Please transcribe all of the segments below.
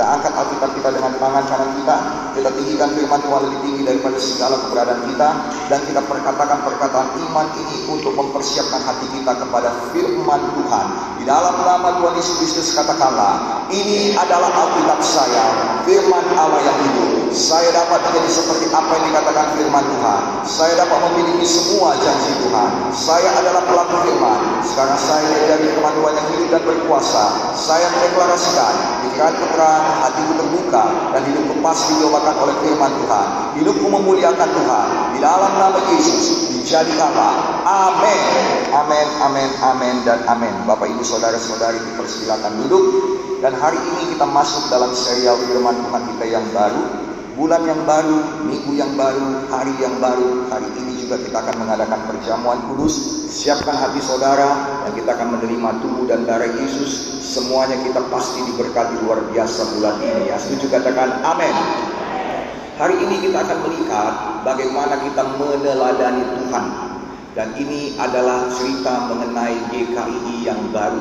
angkat Alkitab kita dengan tangan kanan kita tinggikan firman Tuhan lebih tinggi daripada segala keberadaan kita, dan kita perkatakan perkataan iman ini untuk mempersiapkan hati kita kepada firman Tuhan. Di dalam nama Tuhan Yesus Kristus katakanlah, ini adalah Alkitab saya, firman Allah yang hidup. Saya dapat menjadi seperti apa yang dikatakan firman Tuhan. Saya dapat memiliki semua janji Tuhan. Saya adalah pelaku firman. Sekarang saya menjadi firman Tuhan yang hidup dan berkuasa. Saya mendeklarasikan, pikiran terang, hatiku terbuka, dan hidupku pasti diobatkan oleh firman Tuhan. Hidupku memuliakan Tuhan. Di dalam nama Yesus dijadikanlah. Amin. Amin, amin, amin, dan amin. Bapak, Ibu, Saudara-saudari, dipersilakan duduk. Dan hari ini kita masuk dalam serial firman Tuhan kita yang baru. Bulan yang baru, minggu yang baru, hari yang baru. Hari ini juga kita akan mengadakan perjamuan kudus. Siapkan hati saudara, dan kita akan menerima tubuh dan darah Yesus. Semuanya kita pasti diberkati luar biasa bulan ini. Ya, setuju katakan amin. Hari ini kita akan melihat bagaimana kita meneladani Tuhan. Dan ini adalah cerita mengenai GKI yang baru.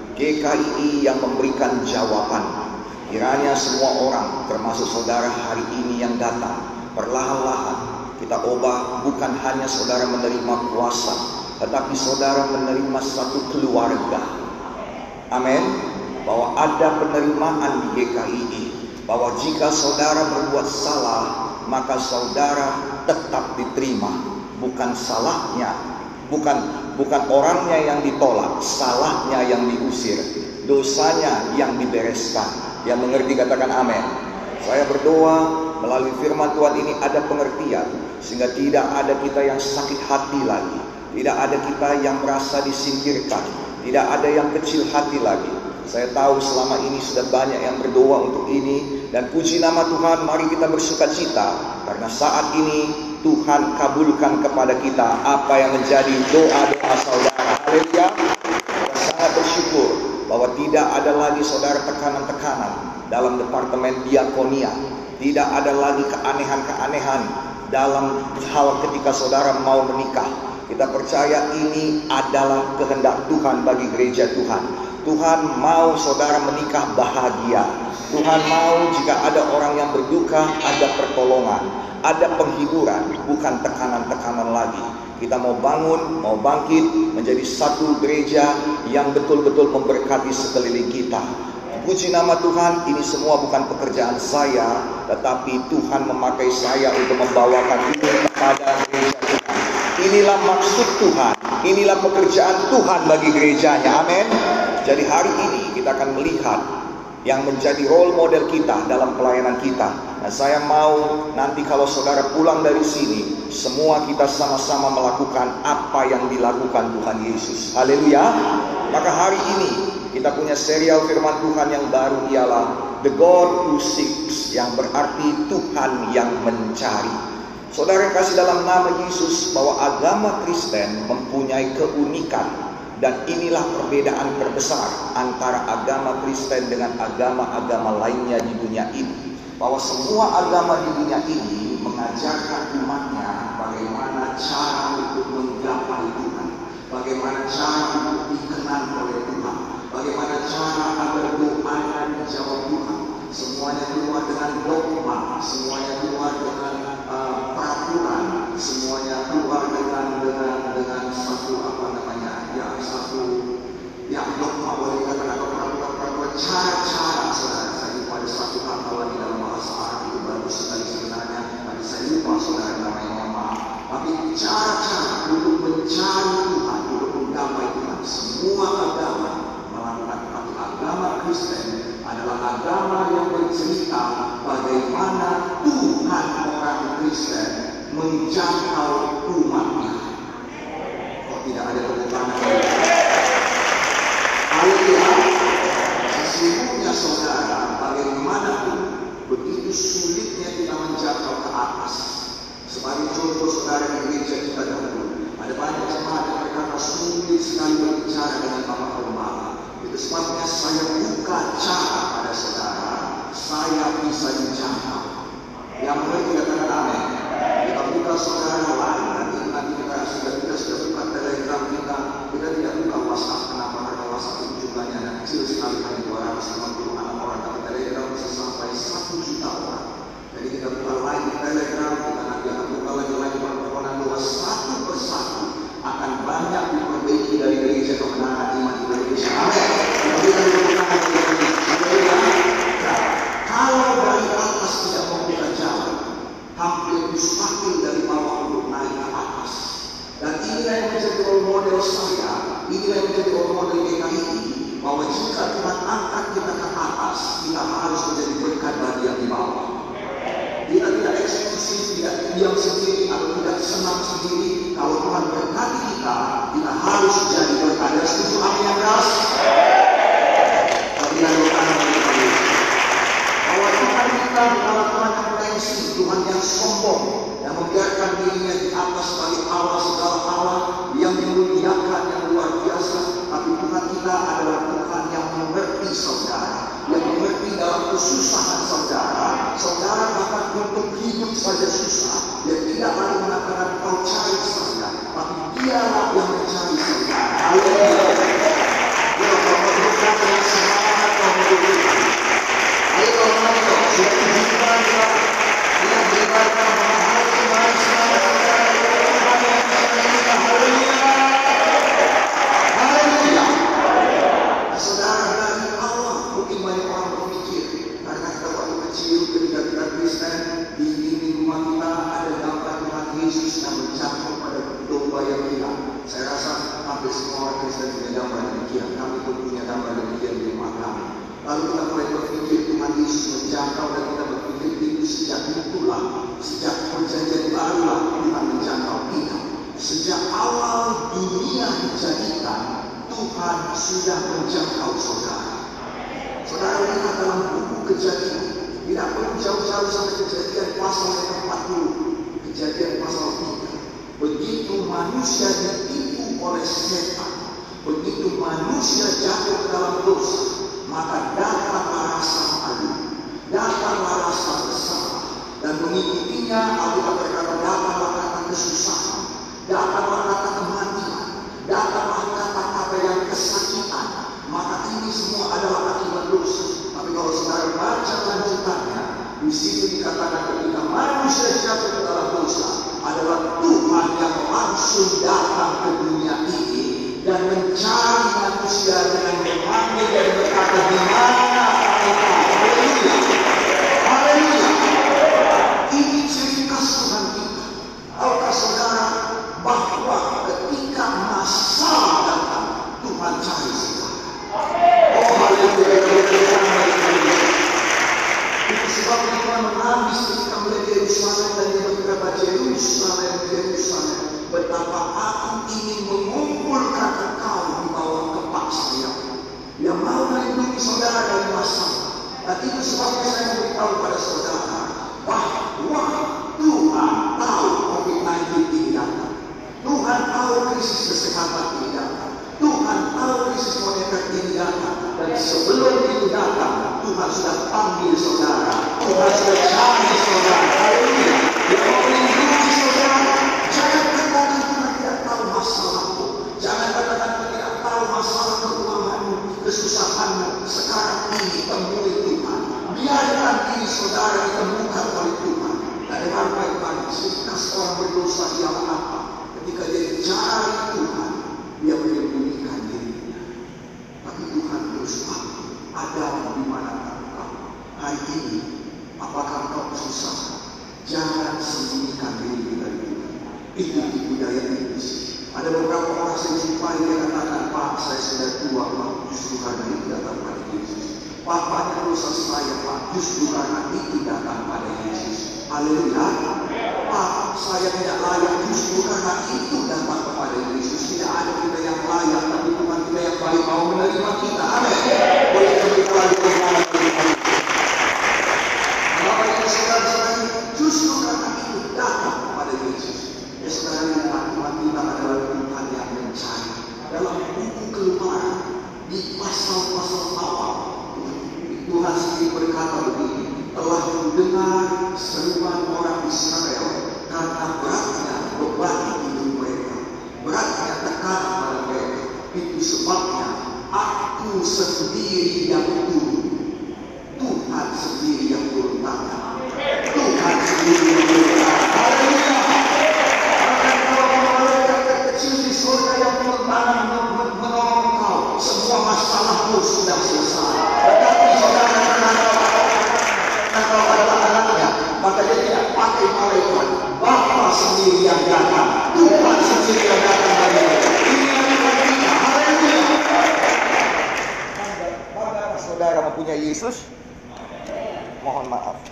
GKI yang memberikan jawaban. Kiranya semua orang, termasuk saudara hari ini yang datang, perlahan-lahan kita ubah, bukan hanya saudara menerima kuasa, tetapi saudara menerima satu keluarga. Amin. Bahwa ada penerimaan di GKI, bahwa jika saudara berbuat salah, maka saudara tetap diterima. Bukan salahnya, bukan orangnya yang ditolak, salahnya yang diusir, dosanya yang dibereskan. Yang mengerti katakan amin. Saya berdoa melalui firman Tuhan ini ada pengertian, sehingga tidak ada kita yang sakit hati lagi, tidak ada kita yang merasa disingkirkan, tidak ada yang kecil hati lagi. Saya tahu selama ini sudah banyak yang berdoa untuk ini, dan puji nama Tuhan, mari kita bersukacita karena saat ini Tuhan kabulkan kepada kita apa yang menjadi doa-doa saudara. Haleluya. Kita sangat bersyukur bahwa tidak ada lagi saudara tekanan-tekanan dalam departemen diakonia. Tidak ada lagi keanehan-keanehan dalam hal ketika saudara mau menikah. Kita percaya ini adalah kehendak Tuhan bagi gereja Tuhan. Tuhan mau saudara menikah bahagia. Tuhan mau jika ada orang yang berduka, ada pertolongan, ada penghiburan, bukan tekanan-tekanan lagi. Kita mau bangun, mau bangkit menjadi satu gereja yang betul-betul memberkati sekeliling kita. Puji nama Tuhan, ini semua bukan pekerjaan saya, tetapi Tuhan memakai saya untuk membawakan ini kepada gereja Tuhan. Inilah maksud Tuhan, inilah pekerjaan Tuhan bagi gerejanya. Amin. Jadi hari ini kita akan melihat yang menjadi role model kita dalam pelayanan kita. Nah, saya mau nanti kalau saudara pulang dari sini, semua kita sama-sama melakukan apa yang dilakukan Tuhan Yesus. Haleluya. Maka hari ini kita punya serial firman Tuhan yang baru, ialah The God Who Seeks, yang berarti Tuhan yang mencari. Saudara yang kasih dalam nama Yesus, bahwa agama Kristen mempunyai keunikan. Dan inilah perbedaan terbesar antara agama Kristen dengan agama-agama lainnya di dunia ini. Bahwa semua agama di dunia ini mengajarkan umatnya bagaimana cara untuk menggapai Tuhan, bagaimana cara untuk dikenal oleh Tuhan, bagaimana cara agar doanya dijawab Tuhan. Semuanya keluar dengan dogma, semuanya keluar dengan peraturan, semuanya keluar dengan satu dogma, boleh dikatakan peraturan, cara-cara. Saya lupa ada satu kata lagi dalam bahasa Arab itu bagus sekali sebenarnya, tapi saya lupa saudara namanya, maaf. Tapi cara-cara untuk mencari Tuhan, untuk menggapai Tuhan. Semua agama melakukan, tapi agama Kristen adalah agama yang bercerita bagaimana Tuhan orang Kristen menjangkau umatnya. Kok tidak ada tepuk tangan? Sesungguhnya saudara, bagaimanapun begitu sulitnya kita menjangkau ke atas. Sebagai contoh saudara di gereja kita dahulu, ada banyak jemaat yang berkata sulit sekali berbicara dengan Bapak Gembala. Itu sebabnya saya buka cara pada saudara, saya bisa dijangkau. Yang mengerti katakan amin. Kita buka saudara lain, nanti kita sudah buka Telegram kita tidak buka WhatsApp. Kenapa? Karena WhatsApp itu jumlahnya anak kecil sekali, hanya 250 anak orang. Tapi Telegram bisa sampai sendiri. Kalau Tuhan berkati kita, kita harus jadi berkat. Ada setuju amin yang keras? Tapi yang berkata bahwa Tuhan kita adalah Tuhan yang tensi, Tuhan yang sombong, yang membiarkan dirinya di atas balik Allah segala Allah, yang memuliakan yang luar biasa. Tapi Tuhan kita adalah Tuhan yang mengerti saudara, yang mengerti dalam kesusahan saudara. Saudara bahkan untuk hidup saja susah, dia tidak lagi mengatakan kau cari saja, tapi dialah yang mencari saudara. Haleluya. Ya, kalau berkat yang semangat kau berikan. Ayo kalau sudah dibuka yang berikan mahal kembali semangat saudara. Tuhan yang mencari kita. Haleluya. Haleluya. Saudara, dari awal mungkin banyak orang berpikir karena kita waktu kecil ketika kita Kristen di rumah kita ada gambar Tuhan Yesus yang berjatuh pada domba yang hilang. Saya rasa hampir semua orang Kristen punya gambar demikian. Kami pun punya gambar demikian di rumah kami. Lalu kita mulai berpikir Tuhan Yesus menjangkau dan kita berpikir itu sejak itulah, sejak perjanjian barulah Tuhan menjangkau kita. Sejak awal dunia dijadikan, Tuhan sudah menjangkau saudara. Saudara lihat dalam buku Kejadian, tidak perlu jauh-jauh sampai Kejadian pasal 40, Kejadian pasal 3. Begitu manusia ditipu oleh setan, begitu manusia jatuh ke dalam dosa, maka datanglah rasa malu, datanglah rasa bersalah, dan mengikutinya Alkitab berkata datanglah kata kesusahan, datanglah kata kematian, datanglah kata-kata yang kesakitan. Maka ini semua adalah akibat dosa. Tapi kalau saudara baca lanjutannya, di situ dikatakan ketika manusia jatuh ke dalam dosa, adalah Tuhan yang langsung datang ke dunia ini dan mencari manusia dengan memanggil dan berkata, di mana engkau? Haleluya. Haleluya. Ini ciri khas Tuhan kita. Tahukah saudara bahwa ketika masalah datang, Tuhan cari saudara. Oh haleluya. Itu sebabnya Tuhan menangis ketika melihat Yerusalem dan dia berkata, Yerusalem, Yerusalem, betapa aku ingin mengumpulkan engkau di bawah kepak sayapku. Yang mau melindungi saudara dari masalah. Dan itu sebabnya saya memberitahu pada saudara bahwa Tuhan tahu COVID-19 ini datang. Tuhan tahu krisis kesehatan ini datang. Tuhan tahu krisis moneter ini datang. Dan sebelum itu datang, Tuhan sudah panggil saudara. Tuhan sudah cari saudara. Haleluya. Dia mau melindungi saudara. Jangan katakan Tuhan tidak tahu masalahmu. Jangan katakan Tuhan tidak tahu masalah keuanganmu, kesusahanmu. Sekarang ini temui Tuhan. Biarkan diri saudara ditemukan oleh Tuhan. Dan dengan baik-baik, sikas orang berdosa ialah apa? Ketika dia cari Tuhan, dia menyembunyikan dirinya. Tapi Tuhan terus ada di mana engkau. Hari ini, apakah engkau susah? Jangan sembunyikan diri dari Tuhan. Itu budaya iblis. Ada beberapa orang saya jumpai yang katakan, Pak, saya sudah tua, Pak, justru karena itu datang pada Yesus. Pak, banyak dosa saya, Pak, justru karena itu datang pada Yesus. Haleluya. Pak, saya tidak layak, justru karena itu datang kepada Yesus. Tidak ada kita yang layak, tapi Tuhan kita yang baik mau menerima kita. Amin. Boleh kita lagi berdoa. Bapak yang saudara-saudari, justru karena itu datang kepada Yesus. Ya saudara lihat, Tuhan kita adalah Tuhan yang mencari. Dalam buku Keluaran, di pasal-pasal awal, Tuhan sendiri berkata begini, telah mendengar seruan orang Israel karena beratnya beban hidup mereka, beratnya tekanan pada mereka. Itu sebabnya aku sendiri yang turun. Tuhan sendiri yang turun tangan. Tuhan sendiri yang turun tangan. Haleluya. Bahkan kalau malaikat terkecil di surga yang turun tangan menolong engkau, semua masalahmu sudah selesai. Tetapi saudara kalau adalah anaknya, maka dia tidak pakai malaikat. Bapa sendiri yang datang, Tuhan sendiri yang datang dari ini yang Tuhan kita. Haleluya. Bagaimana saudara mempunyai Yesus? Mohon maaf.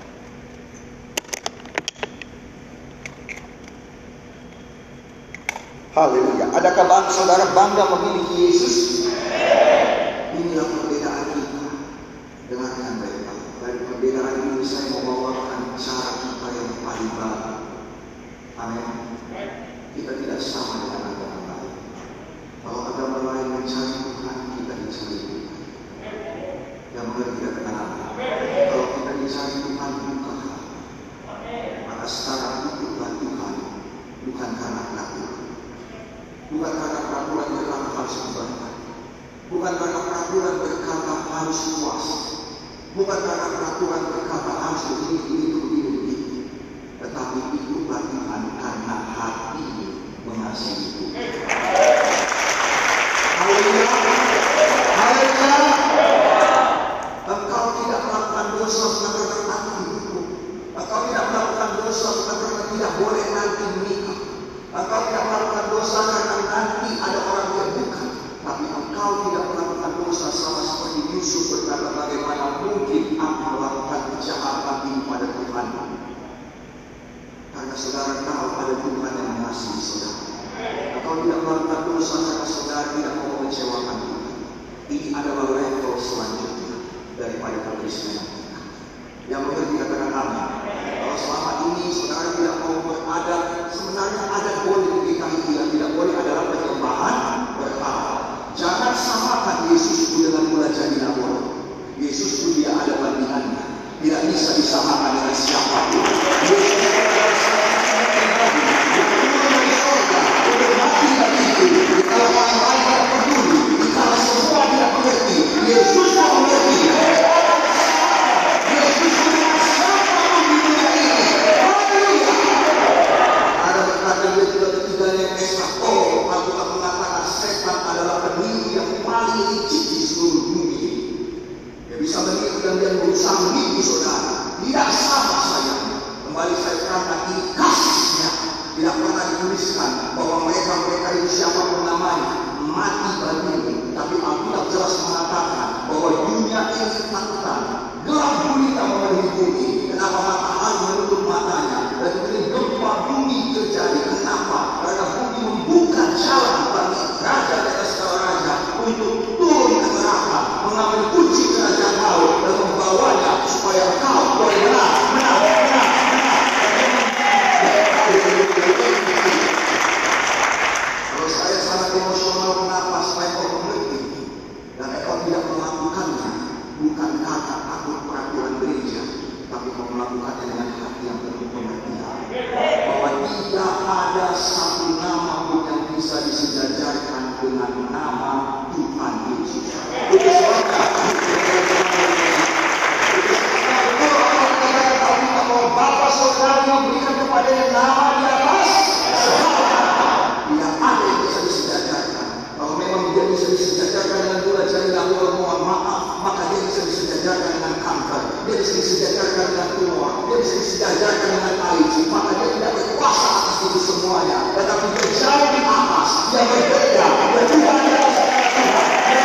Haleluya. Adakah saudara bangga memiliki Yesus? Inilah perbedaan kita. Dengarkan baik-baik. Dari perbedaan ini saya membawakan cara kita yang paling baik. Amin. Kita tidak sama dengan agama lain. Kalau agama lain mencari Tuhan, kita dicari Tuhan. Yang mengerti katakan apa? Kalau kita dicari Tuhan, bukan. Maka sekarang ikutlah Tuhan, bukan karena peraturan. Bukan karena peraturan berkata harus ibadah. Bukan karena peraturan berkata harus puas. Bukan karena peraturan berkata harus begini. Tetapi ikutlah Tuhan karena hati mengasihi Tuhan. Haleluya. Haleluya. Engkau tidak melakukan dosa bukan karena takut hukum. Engkau tidak melakukan dosa bukan karena tidak boleh nanti menikah. Engkau tidak melakukan dosa karena nanti ada orang yang bukan. Tapi engkau tidak melakukan dosa sama seperti Yusuf berkata, bagaimana mungkin aku melakukan kejahatan ini pada Tuhan. Karena saudara tahu ada Tuhan yang mengasihi saudara. Engkau tidak melakukan dosa karena saudara tidak mau mengecewakan Tuhan. Ini adalah level selanjutnya daripada kekristenan kita. Yang mengerti katakan amin. Kalau selama ini saudara tidak mau beradat, sebenarnya adat boleh dinikahi, tidak boleh adalah penyembahan berhala. Jangan samakan Yesus dengan mula jadi Nabi. Yesus pun dia ada bandingannya. Tidak bisa disamakan dengan siapapun. Yesus adalah satu-satunya Nabi yang turun dari surga untuk mati bagi itu. Kalau orang lain tidak peduli, kalau semua tidak mengerti, Yesus tidak mengerti. Yesus punya siapapun di dunia ini. Haleluya. Ada berkata dia juga ketiganya Esau. Aku tak mengatakan setan adalah penipu yang paling licik di seluruh bumi. Dia bisa menipu dan dia berusaha menipu saudara. Tidak sama saya. Kembali saya terangkan ini kasihnya. Tidak pernah dituliskan bahwa mereka itu siapapun namanya mati bagimu. Tapi Alkitab jelas mengatakan bahwa dunia ini ketakutan. Gelap gulita memenuhi bumi. Kenapa matahari menutup matanya? Dan kemudian gempa bumi terjadi. Kenapa? Karena bumi membuka jalan bagi raja di atas segala raja untuk turun ke neraka, mengambil kunci kerajaan maut dan membawanya supaya kau boleh menang. Kalau saya sangat emosional, kenapa? Supaya kau mengerti dan kau tidak melakukannya bukan karena takut peraturan gereja, tapi kau melakukannya dengan hati yang penuh pengertian bahwa tidak ada satu nama pun yang bisa disejajarkan dengan nama Tuhan Yesus. Itu sebabnya kalau Bapak Saudara memberikan kepada nama di atas tidak ada yang bisa disejajarkan. Kalau memang dia bisa disejajarkan dengan gula jari dan mohon maaf, maka dia bisa disejajarkan dengan kanker, dia bisa disejajarkan dengan tumor, dia bisa disejajarkan dengan AIDS, maka dia tidak berkuasa atas itu semuanya, tetapi dia jauh di atas, dia berbeda, dia Tuhan di atas segala Tuhan, dia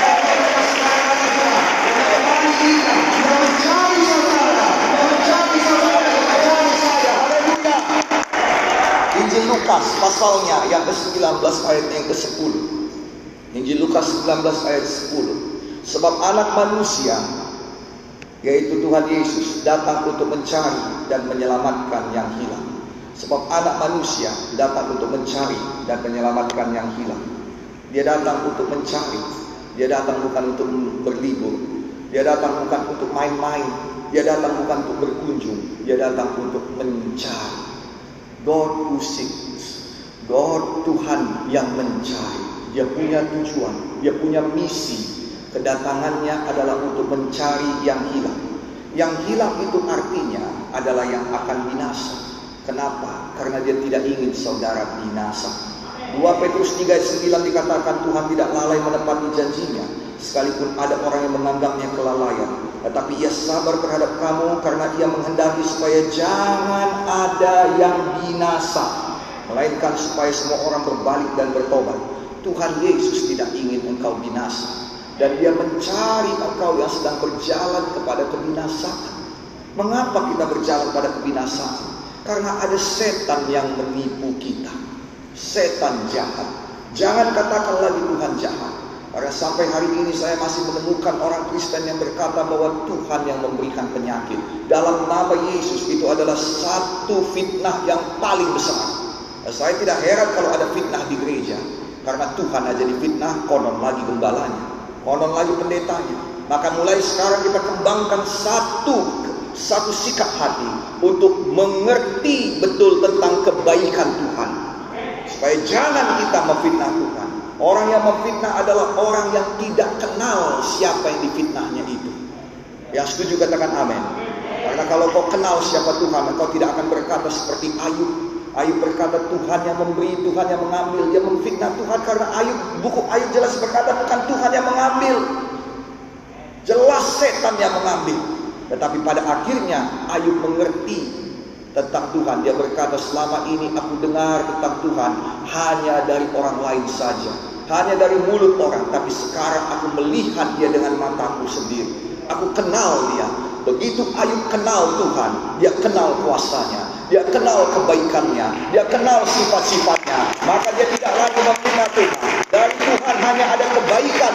mencari saudara, dia mencari saya. Haleluya. Injil Lukas pasalnya yang ke-19 ayat yang ke-10. Injil Lukas 19 ayat 10. Sebab anak manusia, yaitu Tuhan Yesus, datang untuk mencari dan menyelamatkan yang hilang. Sebab anak manusia datang untuk mencari dan menyelamatkan yang hilang. Dia datang untuk mencari. Dia datang bukan untuk berlibur. Dia datang bukan untuk main-main. Dia datang bukan untuk berkunjung. Dia datang untuk mencari. God who seeks. God, Tuhan yang mencari. Dia punya tujuan. Dia punya misi. Kedatangannya adalah untuk mencari yang hilang. Yang hilang itu artinya adalah yang akan binasa. Kenapa? Karena dia tidak ingin saudara binasa. 2 Petrus 3 ayat 9 dikatakan Tuhan tidak lalai menepati janjinya, sekalipun ada orang yang menganggapnya kelalaian. Tetapi ia sabar terhadap kamu karena ia menghendaki supaya jangan ada yang binasa, melainkan supaya semua orang berbalik dan bertobat. Tuhan Yesus tidak ingin engkau binasa. Dan dia mencari engkau yang sedang berjalan kepada kebinasaan. Mengapa kita berjalan pada kebinasaan? Karena ada setan yang menipu kita. Setan jahat. Jangan katakan lagi Tuhan jahat. Karena sampai hari ini saya masih menemukan orang Kristen yang berkata bahwa Tuhan yang memberikan penyakit. Dalam nama Yesus itu adalah satu fitnah yang paling besar. Saya tidak heran kalau ada fitnah di gereja. Karena Tuhan aja difitnah, konon lagi gembalanya, konon lagi pendetanya. Maka mulai sekarang kita kembangkan satu sikap hati untuk mengerti betul tentang kebaikan Tuhan. Supaya jangan kita memfitnah Tuhan. Orang yang memfitnah adalah orang yang tidak kenal siapa yang difitnahnya itu. Yang setuju katakan amin. Karena kalau kau kenal siapa Tuhan, kau tidak akan berkata seperti Ayub. Ayub berkata Tuhan yang memberi, Tuhan yang mengambil. Dia memfitnah Tuhan karena buku Ayub jelas berkata bukan Tuhan yang mengambil. Jelas setan yang mengambil. Tetapi pada akhirnya Ayub mengerti tentang Tuhan. Dia berkata selama ini aku dengar tentang Tuhan hanya dari orang lain saja, hanya dari mulut orang. Tapi sekarang aku melihat dia dengan mataku sendiri. Aku kenal dia. Begitu Ayub kenal Tuhan, dia kenal kuasanya, dia kenal kebaikannya, dia kenal sifat-sifatnya. Maka dia tidak lagi memfitnah Tuhan. Dari Tuhan hanya ada kebaikan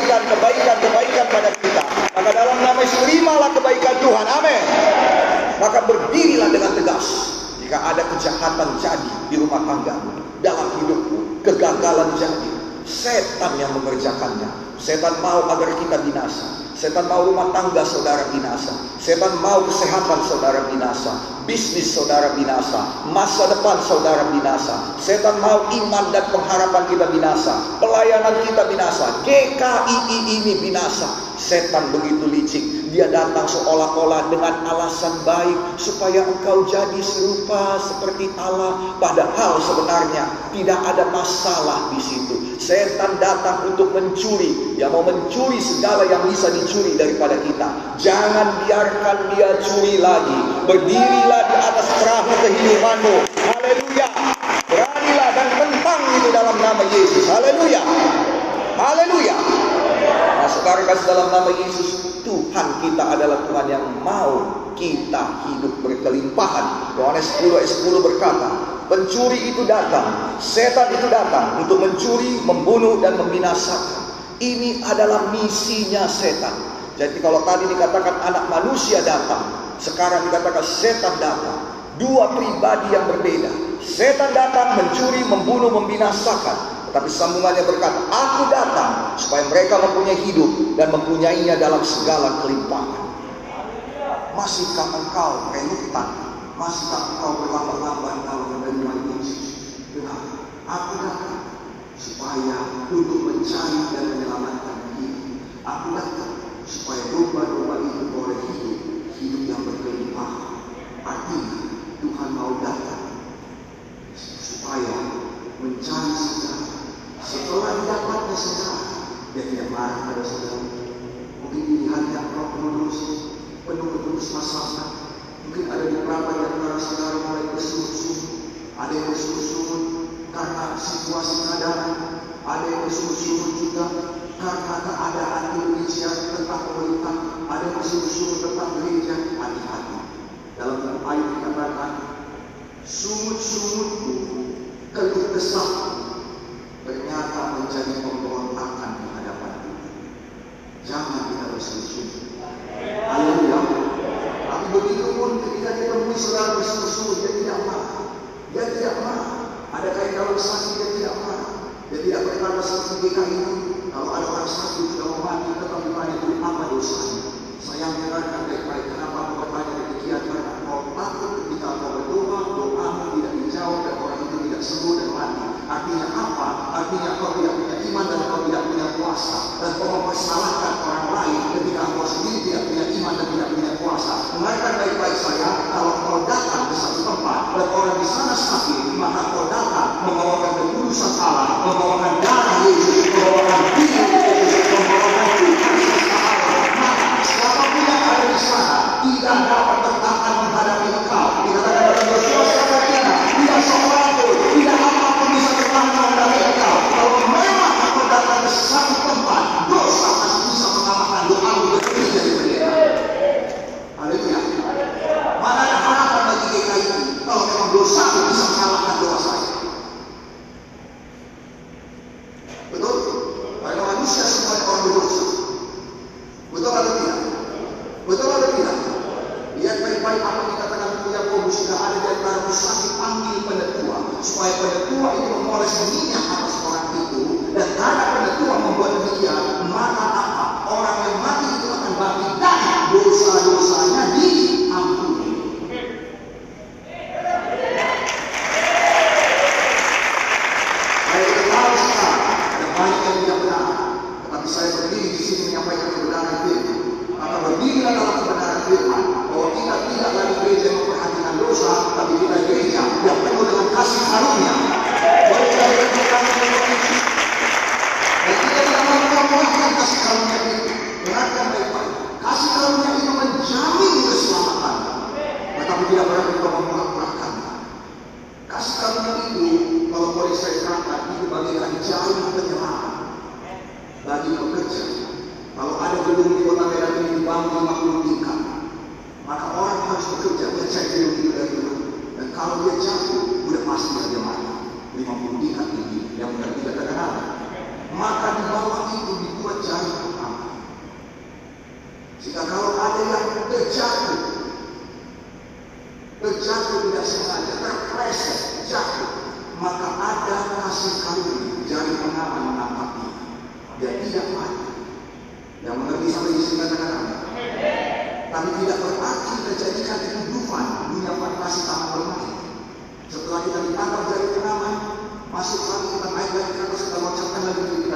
pada kita. Maka dalam nama Yesus terimalah kebaikan Tuhan. Amin. Maka berdirilah dengan tegas. Jika ada kejahatan jadi di rumah tanggamu, dalam hidupmu, kegagalan jadi, setan yang mengerjakannya. Setan mau agar kita binasa. Setan mau rumah tangga saudara binasa. Setan mau kesehatan saudara binasa. Bisnis saudara binasa. Masa depan saudara binasa. Setan mau iman dan pengharapan kita binasa. Pelayanan kita binasa. GKII ini binasa. Setan begitu licik. Dia datang seolah-olah dengan alasan baik supaya engkau jadi serupa seperti Allah. Padahal sebenarnya tidak ada masalah di situ. Setan datang untuk mencuri. Dia mau mencuri segala yang bisa dicuri daripada kita. Jangan biarkan dia curi lagi. Berdirilah di atas perahu kehidupanmu. Haleluya. Beranilah dan tentang itu dalam nama Yesus. Haleluya. Haleluya. Nah sekarang kasih dalam nama Yesus, Tuhan kita adalah Tuhan yang mau kita hidup berkelimpahan. Yohanes 10 ayat 10 berkata, pencuri itu datang, setan itu datang untuk mencuri, membunuh dan membinasakan. Ini adalah misinya setan. Jadi kalau tadi dikatakan anak manusia datang, sekarang dikatakan setan datang. Dua pribadi yang berbeda. Setan datang mencuri, membunuh, membinasakan. Tapi sambungannya berkata, aku datang supaya mereka mempunyai hidup dan mempunyainya dalam segala kelimpahan. Masihkah engkau relutan? Masihkah engkau berlambat-lambat dalam menerima Yesus? Dengar, aku datang supaya untuk mencari dan menyelamatkan hidup. Aku datang supaya domba-domba itu boleh hidup yang berkelimpahan. Artinya Tuhan mau datang supaya mencari segala. Setelah didapatnya segala, dia tidak marah pada saudara. Mungkin dilihatnya roh kudus, penuh masalah. Mungkin ada beberapa di antara saudara mulai bersungut-sungut. Ada yang bersungut-sungut karena situasi keadaan. Ada yang bersungut-sungut juga karena keadaan Indonesia tentang pemerintah. Ada yang bersungut-sungut tentang gereja. Hati-hati. Dalam buku Ayub dikatakan, sungut-sungutku, keluh kesahku ternyata menjadi pemberontakan di hadapan Tuhan. Jangan kita bersungut-sungut. Haleluya. Tapi begitu pun ketika dia temui saudara bersungut-sungut, dia tidak marah. Dia tidak marah. Ada kayak kalau sakit dia tidak marah. Dia tidak berkata seperti GKI itu. Kalau ada orang sakit sudah mau mati, tetap ditanya itu apa dosanya. Saya mendengarkan baik-baik. Kenapa aku bertanya demikian? Karena kau takut ketika kau berdoa, doamu tidak dijawab dan orang itu tidak sembuh dan mati. Artinya apa? Artinya kau tidak punya iman dan kau tidak punya kuasa. Dan kau mempersalahkan orang lain ketika kau sendiri tidak punya iman dan tidak punya kuasa. Dengarkan baik-baik saya, kalau kau datang ke satu tempat dan orang di sana sakit, maka kau datang membawakan kekudusan Allah, membawakan darah Yesus, membawakan diri Yesus, membawakan Tuhan serta Allah. Maka siapapun yang ada di sana tidak dapat bertahan menghadapi engkau. Dikatakan dalam Yosuas pasal 3, tidak seorang pun, tidak apapun bisa bertahan menghadapi engkau. Kalau memang engkau datang ke satu tempat, dosa pasti bisa mengalahkan doamu berdiri dari bendera. Haleluya. Mana ada harapan bagi GKI kalau memang dosa bisa mengalahkan doa saya. dari apa yang dikatakan Yakobus, sudah ada di antara saksi panggil penetua, supaya penetua itu memoles minyak atas orang itu, dan karena penetua membuat demikian, maka apa? Orang yang mati itu akan bangkit dan dosa-dosanya diampuni. Saya tahu sekarang ada banyak yang tidak benar, tetapi saya berdiri di sini menyampaikan kebenaran firman. Maka berdirilah dalam kebenaran firman, bahwa kita tidak lagi gereja yang memperhatikan dosa, tapi kita gereja yang penuh dengan kasih karunia. Dan kita tidak memperhatikan kasih karunia itu. Perhatikan baik-baik. Kasih karunia itu menjamin keselamatan, tetapi tidak pernah kita memurak-murakan. Kasih karunia itu, kalau boleh saya terangkan, itu bagikan jalan penyerahan bagi pekerja. Kalau ada gedung di kota Medan ini dibangun 50 tingkat, maka orang harus bekerja ngecek gedung itu dari luar. Dan kalau dia jatuh, sudah pasti dia mati. 50 tingkat tinggi yang benar tidak terkenal. Maka di bawah itu dibuat jaring pengaman. Sehingga kalau ada yang terjatuh tidak sengaja, terpleset, jatuh, maka ada kasih karunia jaring pengaman menangkapnya. Dia tidak mati. Yang mengerti sampai di sini katakan, tapi tidak berarti terjadikan kehidupan dunia fantasi tanpa bermain. Setelah kita ditangkap dari pengaman, masuk lagi kita naik lagi ke atas, kita loncat lagi kita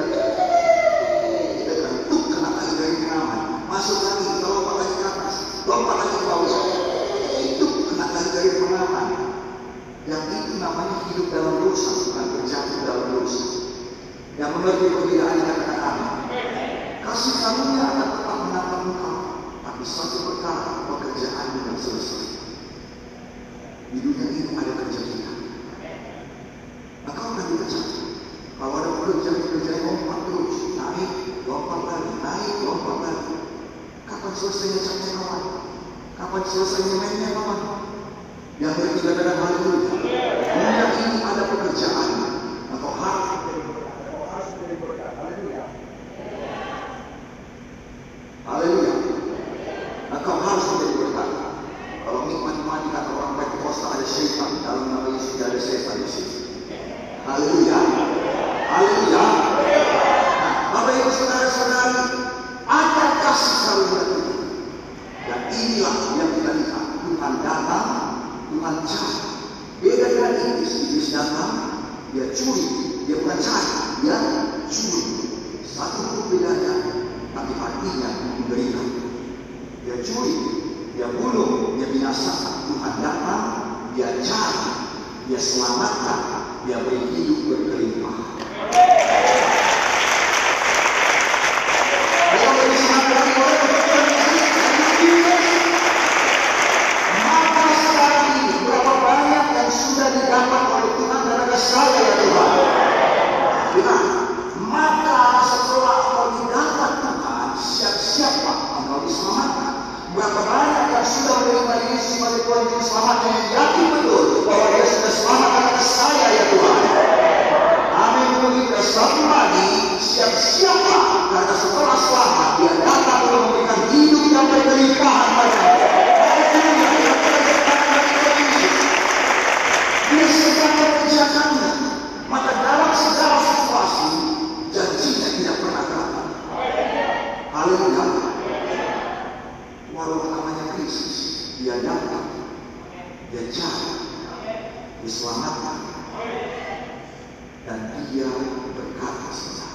tuh kena lagi dari pengaman, masuk lagi kita lompat lagi ke atas, lompat lagi ke bawah, itu kena lagi dari pengaman. Yang itu namanya hidup dalam dosa, bukan terjatuh dalam dosa. Yang mengerti perbedaannya katakan amin. Kasih karunia akan tetap menatap engkau, tapi satu perkara, pekerjaan yang selesai. Di dunia ini ada kerja kita. Maka akan dipecat. Kalau ada pekerjaan yang lompat terus, naik, lompat lagi, naik, lompat lagi. Kapan selesainya capek kawan? Kapan selesainya mainnya kawan? Yang bertiga dengan hal itu, dunia ini ada pekerjaan atau harus menjadi berkat. Haleluya. Engkau harus menjadi berkat. Kalau nikmat-nikmat kata orang Pentakosta ada syaitan, dalam nama Yesus tidak ada syaitan di sini. Haleluya. Haleluya. Nah, Bapak Ibu saudara-saudari, ada kasih karunia itu. Dan inilah yang kita lihat. Tuhan datang, Tuhan cari. Beda dengan Iblis. Iblis datang, dia curi. Dia bukan cari, dia curi. Satu huruf bedanya, tapi artinya memberikan. Dia curi, dia bunuh, dia binasakan. Tuhan datang, dia cari, dia selamatkan, dia beri hidup berkelimpahan. Maka sekarang ini berapa banyak yang sudah didapat oleh Tuhan dalam saya ya Tuhan. Benar. Maka setelah kau didapat Tuhan, siap-siap engkau diselamatkan. Berapa banyak yang sudah menerima Yesus sebagai Tuhan dan Selamatnya, yang yakin betul bahwa dia sudah selamat karena saya ya Tuhan. Amin. Begitu satu lagi, siap-siaplah karena setelah selamat dia datang untuk memberikan hidup yang berkelimpahan padamu. Dia sedang mengerjakannya. Maka dalam segala situasi janjinya tidak pernah gagal. Haleluya. Walau namanya krisis, dia datang, dia cari, diselamatkan, dan dia berkata sebentar.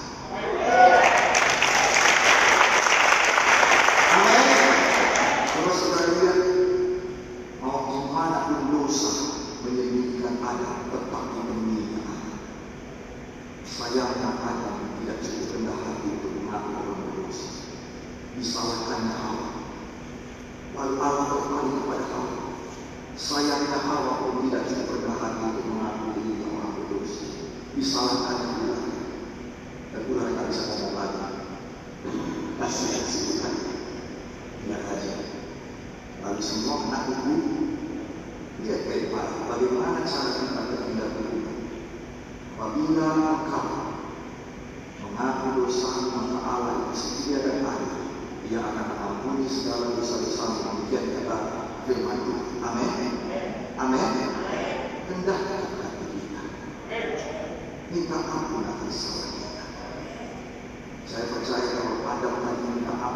Amin. Coba saudara lihat, mau gimana pun dosa menyembunyikan Adam tetap dipenuhi. Sayangnya Adam tidak cukup rendah hati untuk mengaku orang berdosa. Disalahkannya Hawa. Lalu Allah berpaling kepada Hawa. Sayangnya Hawa pun tidak cukup rendah hati untuk mengaku dirinya orang berdosa. Disalahkannya ular. Dan ular tak bisa ngomong lagi. Kasihan si Tuhan. Lihat aja. Lalu semua kena hukum. Lihat baik-baik bagaimana cara kita terhindar hukum. Apabila engkau mengaku dosa, maka Allah yang setia dan adil, Dia akan mengampuni segala dosa-dosa yang demikian kata firman Tuhan.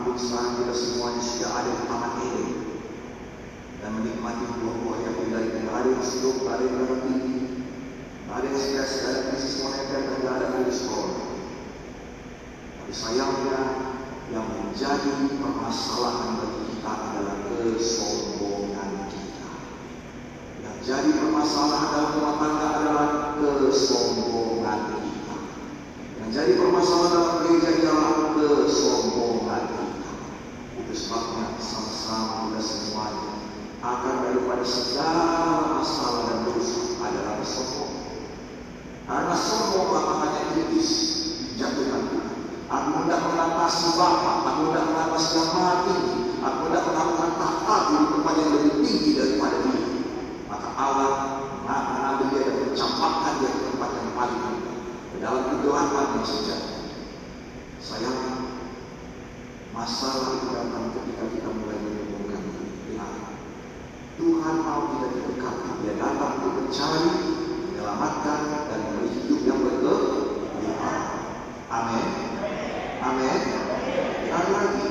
Ampun, sekarang kita semuanya sudah ada di taman Eden dan menikmati buah-buah yang indah. Ada yang stroke, ada yang darah tinggi, ada yang stres, ada krisis moneter, dan ada virus corona. Tapi sayangnya yang menjadi permasalahan bagi kita adalah kesombongan kita. Yang jadi permasalahan dalam rumah tangga adalah kesombongan kita. Yang jadi permasalahan dalam gereja adalah kesombongan kita. Itu sebabnya sama-sama kita semuanya akan daripada segala masalah dan dosa adalah sombong. Karena sombong hanya iblis dijatuhkan Tuhan. Aku hendak mengatasi Bapa, aku hendak mengatasi yang maha tinggi, aku hendak melakukan tahta di tempat yang lebih tinggi daripada dia. Maka Allah mengambil dia dan mencampakkan dia ke tempat yang paling tinggi, ke dalam kegelapan yang sejati. Sayangnya masalah itu datang ketika kita mulai menemukan Tuhan. Tuhan mau kita diberkati. Dia datang untuk mencari, menyelamatkan, dan memberi hidup yang berlimpah. Amin. Amin. Sekali lagi,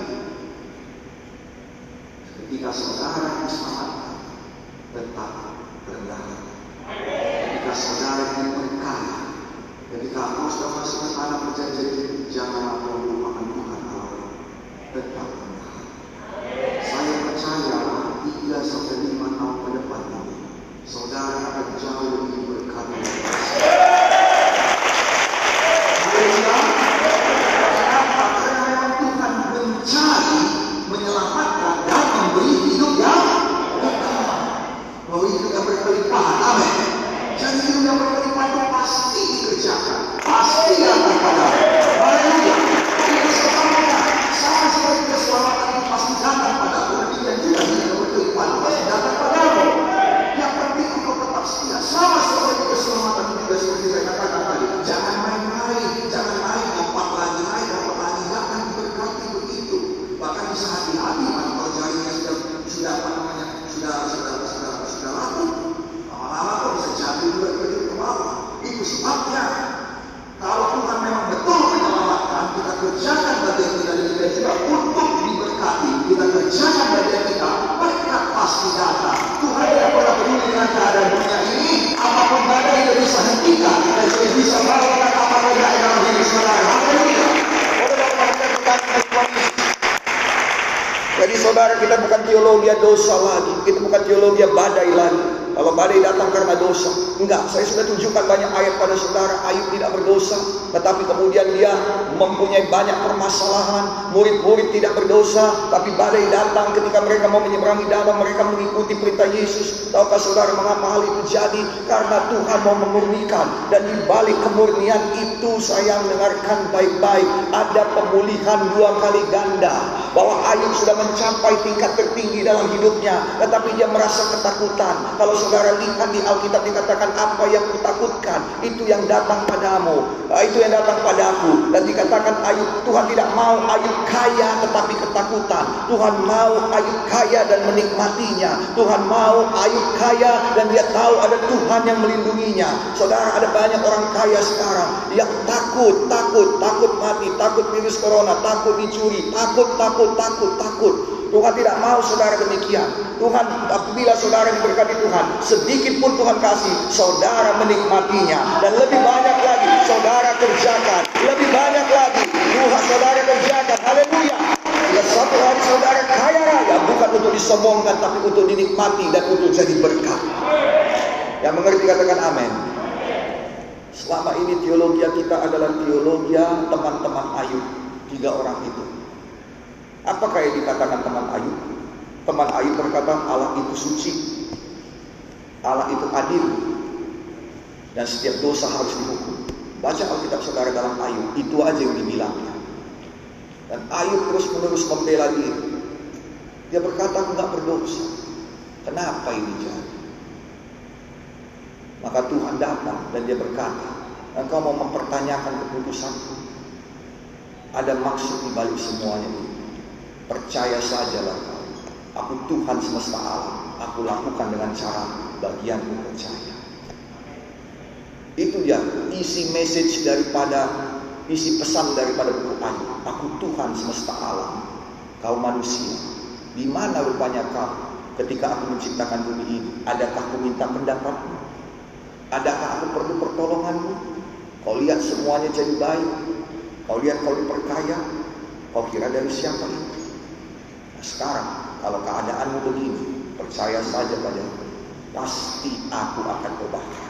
ketika saudara diselamatkan, tetap rendah. Ketika saudara diberkati, ketika engkau sudah masuk ke tanah perjanjian, janganlah kau lupakan Tuhan Allah. Tetap rendah. Saya percaya 3-5 tahun ke depan ini, saudara akan jauh lebih berkati. Menyelamatkan dan memberi hidup yang kekal, memberi hidup yang berkelimpahan. Amin. Jadi hidup yang berkelimpahan itu pasti dikerjakan, pasti datang padamu. Haleluya. Itu sebabnya sama seperti keselamatan itu pasti datang padamu, dan juga hidup yang berkelimpahan pasti datang padamu. Yang penting untuk tetap setia. Sama seperti keselamatan itu juga seperti saya katakan tadi. Jangan main-main, jangan main, dapat lagi, jangan diberkati begitu. Bahkan bisa hati-hati kalau jarinya sudah laku, lama-lama kok bisa jatuh juga ke bawah. Itu sebabnya kalau Tuhan memang betul menyelamatkan, kita kerjakan bagian kita dan kita juga untuk diberkati. Kita kerjakan bagian kita, berkat pasti datang. Tuhan tidak pernah peduli dengan keadaan dunia ini. Apapun badai tidak bisa hentikan, dan tidak bisa melakukan apa saja dalam hidup saudara. Haleluya. Jadi saudara, kita bukan teologi dosa lagi, kita bukan teologi badai lagi. Kalau badai datang karena dosa, enggak. Saya sudah tunjukkan banyak ayat pada saudara. Ayub tidak berdosa, tetapi kemudian dia mempunyai banyak permasalahan. Murid-murid tidak berdosa, tapi badai datang ketika mereka mau menyeberangi danau. Mereka mengikuti perintah Yesus. Tahukah saudara mengapa hal itu jadi? Karena Tuhan mau memurnikan, dan di balik kemurnian itu saya dengarkan baik-baik, ada pemulihan 2 kali ganda. Bahwa Ayub sudah mencapai tingkat tertinggi dalam hidupnya, tetapi dia merasa ketakutan. Kalau saudara lihat di Alkitab dikatakan, apa yang kutakutkan itu yang datang padamu, itu yang datang padaku. Dan dikatakan Ayub, Tuhan tidak mau Ayub kaya tetapi ketakutan. Tuhan mau Ayub kaya dan menikmatinya. Tuhan mau Ayub kaya dan dia tahu ada Tuhan yang melindunginya. Saudara, ada banyak orang kaya sekarang yang takut mati, takut virus corona, takut dicuri, takut. Tuhan tidak mau saudara demikian. Tuhan, apabila saudara diberkati Tuhan, sedikit pun Tuhan kasih, saudara menikmatinya. Dan lebih banyak lagi saudara kerjakan, lebih banyak lagi Tuhan saudara kerjakan. Haleluya. Ya, suatu hari saudara kaya raya, bukan untuk disombongkan, tapi untuk dinikmati dan untuk jadi berkat. Yang mengerti katakan amin. Selama ini teologi kita adalah teologi teman-teman Ayub, 3 orang itu. Apakah yang dikatakan teman Ayub? Teman Ayub berkata, Allah itu suci, Allah itu adil, dan setiap dosa harus dihukum. Baca Alkitab saudara dalam Ayub, itu aja yang dibilangnya. Dan Ayub terus menerus membela diri. Dia berkata, aku gak berdosa. Kenapa ini jadi? Maka Tuhan datang dan dia berkata, engkau mau mempertanyakan keputusanku? Ada maksud di balik semuanya ini. Percaya sajalah, aku Tuhan semesta alam. Aku lakukan dengan cara bagianku percaya. Itu dia isi message daripada, isi pesan daripada buku Ayub. Aku Tuhan semesta alam. Kau manusia, di mana rupanya kau ketika aku menciptakan bumi ini? Adakah aku minta pendapatmu? Adakah aku perlu pertolonganmu? Kau lihat semuanya jadi baik. Kau lihat kau diperkaya. Kau kira dari siapa itu? Nah, sekarang kalau keadaanmu begini, percaya saja padaku, pasti aku akan ubahkan.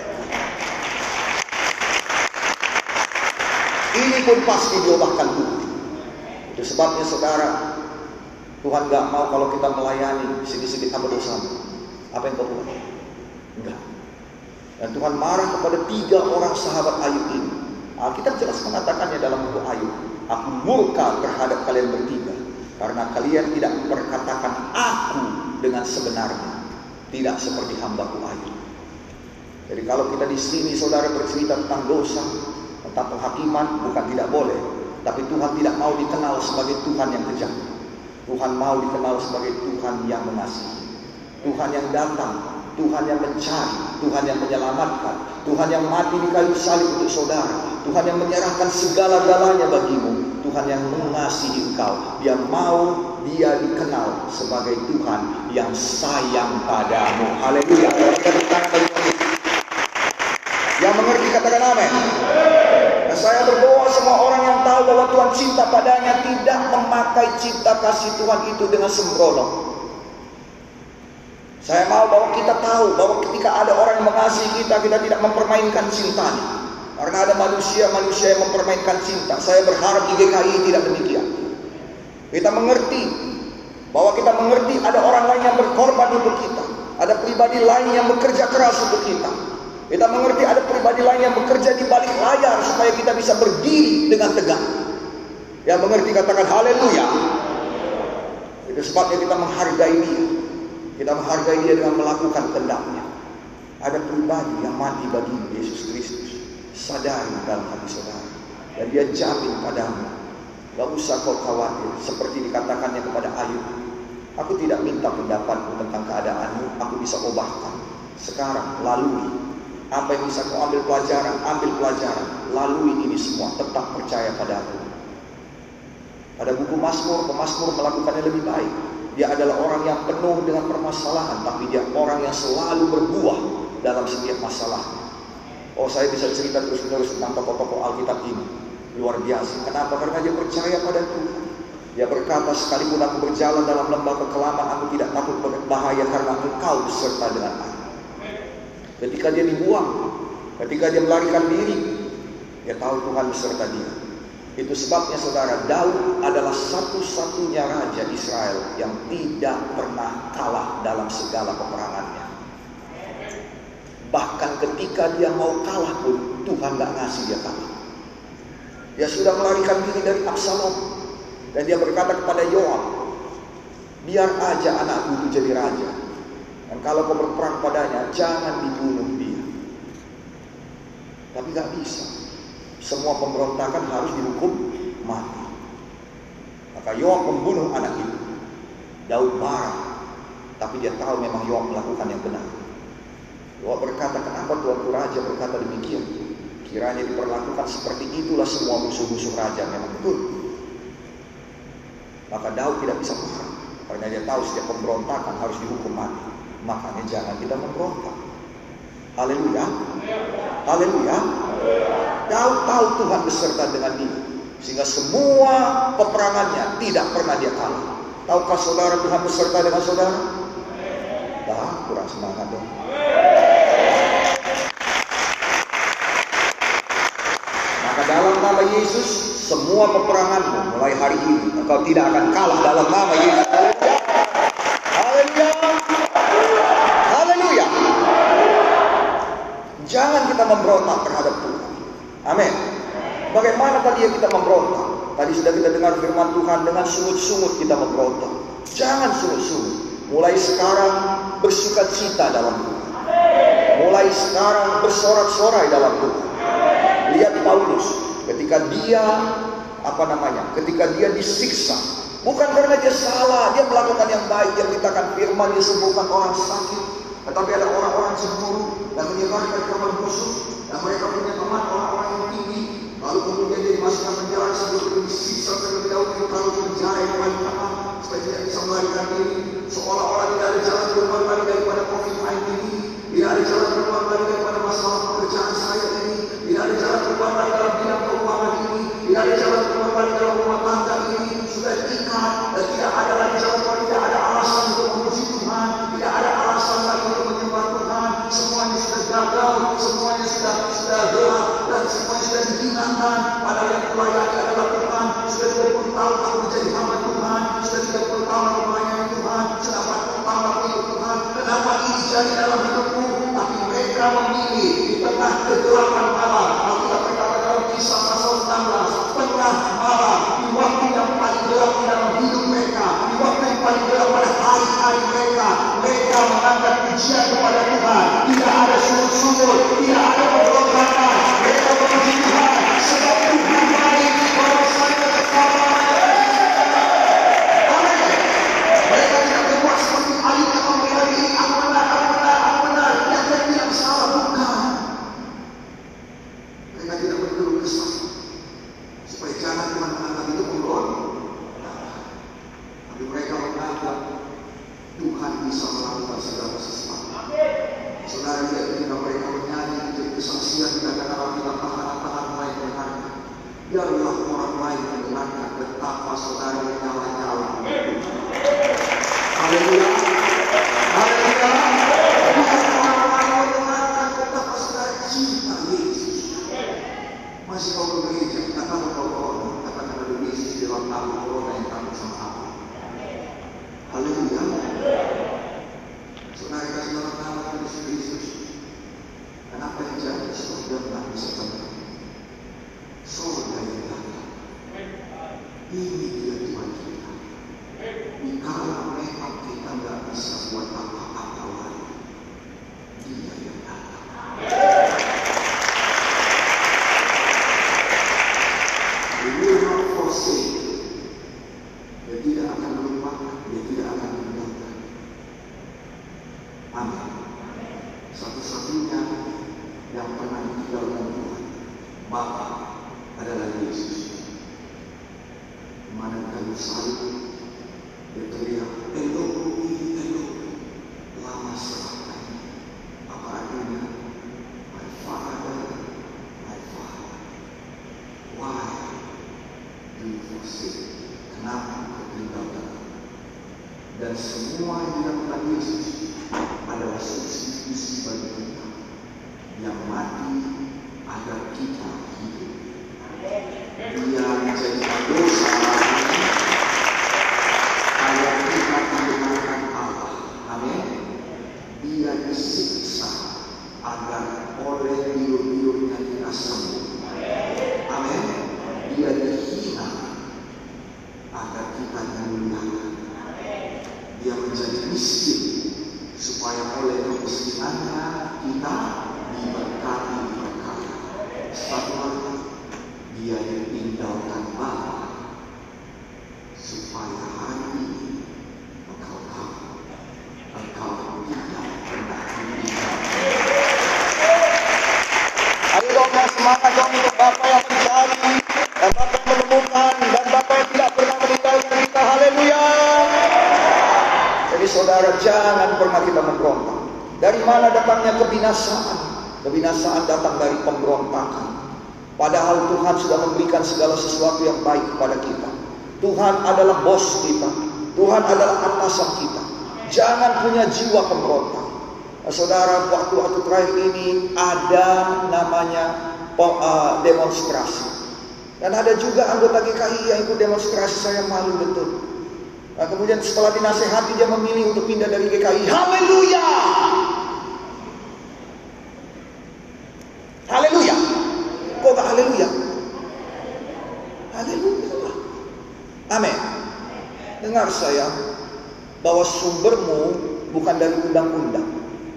Ini pun pasti diubahkan Tuhan. Itu sebabnya saudara, Tuhan gak mau kalau kita melayani sedikit-sedikit hamba dosamu. Apa yang kau buat? Enggak. Dan Tuhan marah kepada 3 orang sahabat Ayub ini. Alkitab jelas mengatakannya dalam buku Ayub, aku murka terhadap kalian bertiga karena kalian tidak memperkatakan aku dengan sebenarnya, tidak seperti hambaku Ayub. Jadi kalau kita di sini saudara bercerita tentang dosa, tentang penghakiman, bukan tidak boleh, tapi Tuhan tidak mau dikenal sebagai Tuhan yang kejam. Tuhan mau dikenal sebagai Tuhan yang mengasihi, Tuhan yang datang, Tuhan yang mencari, Tuhan yang menyelamatkan, Tuhan yang mati di kayu salib untuk saudara, Tuhan yang menyerahkan segala-galanya bagimu, Tuhan yang mengasihi engkau. Dia mau dia dikenal sebagai Tuhan yang sayang padamu. Haleluya. Yang mengerti katakan amin. Nah, saya berdoa semua orang yang tahu bahwa Tuhan cinta padanya tidak memakai cinta kasih Tuhan itu dengan sembrono. Saya mau bahwa kita tahu bahwa ketika ada orang yang mengasihi kita, kita tidak mempermainkan cintanya. Karena ada manusia-manusia yang mempermainkan cinta. Saya berharap di GKI tidak demikian. Kita mengerti bahwa kita mengerti ada orang lain yang berkorban untuk kita. Ada pribadi lain yang bekerja keras untuk kita. Kita mengerti ada pribadi lain yang bekerja di balik layar supaya kita bisa berdiri dengan tegak. Yang mengerti katakan haleluya. Itu sebabnya kita menghargai dia. Kita menghargai dia dengan melakukan kehendaknya. Ada pribadi yang mati bagi Yesus Kristus. Sadari dalam hati saudara. Dan dia jamin padamu, gak usah kau khawatir. Seperti dikatakannya kepada Ayub, aku tidak minta pendapatmu tentang keadaanmu, aku bisa ubahkan. Sekarang lalui apa yang bisa kau ambil pelajaran, lalui ini semua, tetap percaya padaku. Pada buku Mazmur, pemazmur melakukannya lebih baik. Dia adalah orang yang penuh dengan permasalahan, tapi dia orang yang selalu berbuah dalam setiap masalahnya. Oh, saya bisa cerita terus-menerus tentang tokoh-tokoh Alkitab ini. Luar biasa. Kenapa? Karena dia percaya pada Tuhan. Dia berkata, sekalipun aku berjalan dalam lembah kekelaman, aku tidak takut bahaya karena Engkau beserta dengan aku. Ketika dia dibuang, ketika dia melarikan diri, dia tahu Tuhan beserta dia. Itu sebabnya saudara, Daud adalah satu-satunya raja Israel yang tidak pernah kalah dalam segala peperangannya. Bahkan ketika dia mau kalah pun, Tuhan gak ngasih dia kalah. Dia sudah melarikan diri dari Absalom. Dan dia berkata kepada Yoab, biar aja anakku itu jadi raja. Dan kalau kau berperang padanya, jangan dibunuh dia. Tapi gak bisa. Semua pemberontakan harus dihukum mati. Maka Yoab membunuh anak itu. Daud marah, tapi dia tahu memang Yoab melakukan yang benar. Yoab berkata, kenapa tuanku raja berkata demikian? Kiranya diperlakukan seperti itulah semua musuh-musuh raja. Memang betul. Maka Daud tidak bisa marah, karena dia tahu setiap pemberontakan harus dihukum mati. Makanya jangan kita memberontak. Haleluya. Haleluya. Daud tahu Tuhan beserta dengan dia, sehingga semua peperangannya tidak pernah dia kalah. Tahukah saudara Tuhan beserta dengan saudara? Dah, kurang semangat dong. Maka dalam nama Yesus, semua peperanganmu mulai hari ini, engkau tidak akan kalah dalam nama Yesus. Haleluya. Haleluya. Jangan kita memberontak terhadap Tuhan. Amin. Bagaimana tadi kita memberontak? Tadi sudah kita dengar firman Tuhan, dengan sungut-sungut kita memberontak. Jangan sungut-sungut. Mulai sekarang bersukacita dalam Tuhan. Mulai sekarang bersorak-sorai dalam Tuhan. Lihat Paulus, ketika dia ketika dia disiksa, bukan karena dia salah, dia melakukan yang baik, dia beritakan firman, dia sembuhkan orang sakit. Tetapi ada orang-orang cemburu dan menyebarkan kabar busuk, dan mereka punya teman orang-orang yang tinggi. Lalu kemudian dia dimasukkan penjara sebelum disiksa terlebih dahulu, ditaruh di penjara yang paling tengah supaya tidak bisa melarikan diri. Seolah-olah tidak ada jalan keluar lagi daripada COVID-19 ini, tidak ada jalan keluar lagi daripada masalah pekerjaan saya ini, tidak ada jalan keluar lagi dalam bidang keuangan ini, tidak ada jalan keluar lagi dalam rumah tangga ini. Sudah diikat dan tidak ada lagi jalan keluar, tidak ada alasan untuk memuji Tuhan, tidak ada alasan lagi untuk menyembah Tuhan. Semuanya sudah gagal, semuanya sudah gelap dan semuanya sudah dihinakan. Padahal yang kulayani adalah Tuhan. Sudah 20 tahun aku menjadi hamba Tuhan, sudah 30 tahun aku melayani Tuhan, sudah 40 tahun aku hidup Tuhan. Kenapa ini jadi dalam hidupku? Tapi mereka memilih di tengah kegelapan malam. Alkitab berkata dalam Kisah pasal 16, tengah malam, di waktu yang paling gelap di dalam hidup mereka, di waktu yang paling gelap pada hari-hari mereka, mereka mengangkat pujian kepada Tuhan. Tidak ada sumur-sumur, tidak ada pemberontakan. Mereka memuji Tuhan sebab Tuhan baik, bahwasanya keselamatan. Amin. Mereka tidak berbuat seperti Ali yang membela diri, aku benar. Yang mereka tidak salah, bukan. Mereka tidak berkeluh kesah supaya jangan Tuhan menganggap itu pemberontak. Tapi mereka menganggap Tuhan bisa melakukan segala sesuatu. Saudara, ketika mereka menyanyi menjadi kesaksian dikatakan Alkitab, tahanan-tahanan mulai berharga. Biarlah orang lain mendengarkan betapa saudara menyala-nyala. Haleluya. Haleluya. Biar orang lain mendengarkan betapa saudara cinta Yesus. Masih kau ke gereja, katakan kau orang, katakan ada Yesus di dalam tamu corona yang takut sama aku. Haleluya. Saudara kasih dalam nama Yesus. Kenapa yang jadi surga tak bisa tenang? Surga yang datang. Ini dia Tuhan kita. Kalau memang kita tidak bisa buat apa-apa lagi, Dia yang datang. Dia will not forsake. Dia tidak akan melupakan. Dia tidak akan meninggalkan. Amin. Satu-satunya yang pernah ditinggalkan Tuhan, Bapa, adalah Yesus. Mana kayu salib, dia teriak, Eloi, lama serahkan. Apa artinya? My Father, why do you forsake? Kenapa kau tinggalkan? Dan semua yang dilakukan Yesus adalah substitusi bagi kita, yang mati agar kita hidup. Dia menjadikan dosa agar kita mendengarkan Allah. Amin. Dia disiksa agar oleh biur-biurnya kita sembuh. Amin. Dia dihina agar kita dimuliakan. Dia menjadi miskin supaya oleh kemiskinannya kita diberkati berkaya. Satu lagi, Dia ditinggalkan Bapa supaya hari ini engkau tahu engkau tidak pernah ditinggalkan. Ayo dong yang semangat dong untuk Bapa yang mencari dan Bapa yang menemukan dan Bapa yang tidak pernah meninggalkan kita. Haleluya. Jadi saudara, jangan pernah kita memberontak. Dari mana datangnya kebinasaan? Kebinasaan datang dari pemberontakan. Padahal Tuhan sudah memberikan segala sesuatu yang baik kepada kita. Tuhan adalah bos kita. Tuhan adalah atasan kita. Jangan punya jiwa pemberontak. Saudara, waktu terakhir ini ada namanya demonstrasi. Dan ada juga anggota GKI yang ikut demonstrasi, saya malu betul. Nah, kemudian setelah dinasehati dia memilih untuk pindah dari GKI. Haleluya. Haleluya. Kok gak haleluya? Haleluya. Amin. Dengar saya, bahwa sumbermu bukan dari undang-undang.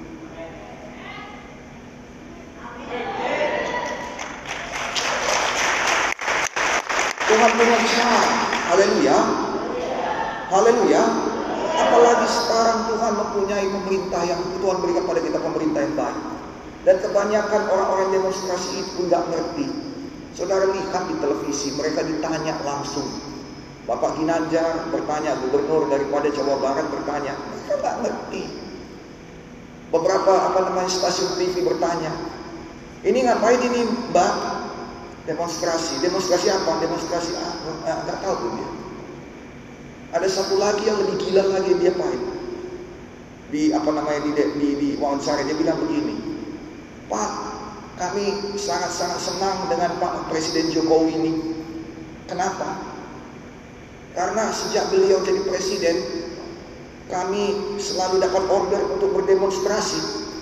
Tuhan punya cara. Haleluya. Haleluya. Apalagi sekarang Tuhan mempunyai pemerintah yang Tuhan berikan pada kita, pemerintah yang baik. Dan kebanyakan orang-orang demonstrasi itu pun gak ngerti. Saudara lihat di televisi, mereka ditanya langsung. Bapak Ginanjar bertanya, gubernur daripada Jawa Barat bertanya, mereka nggak ngerti. Beberapa stasiun TV bertanya, ini ngapain ini Mbak? Demonstrasi apa? Demonstrasi apa? Nggak tahu tuh dia. Ada satu lagi yang lebih gila lagi, dia pahit. Di wawancara dia bilang begini, Pak, kami sangat-sangat senang dengan Pak Presiden Jokowi ini. Kenapa? Karena sejak beliau jadi presiden, kami selalu dapat order untuk berdemonstrasi.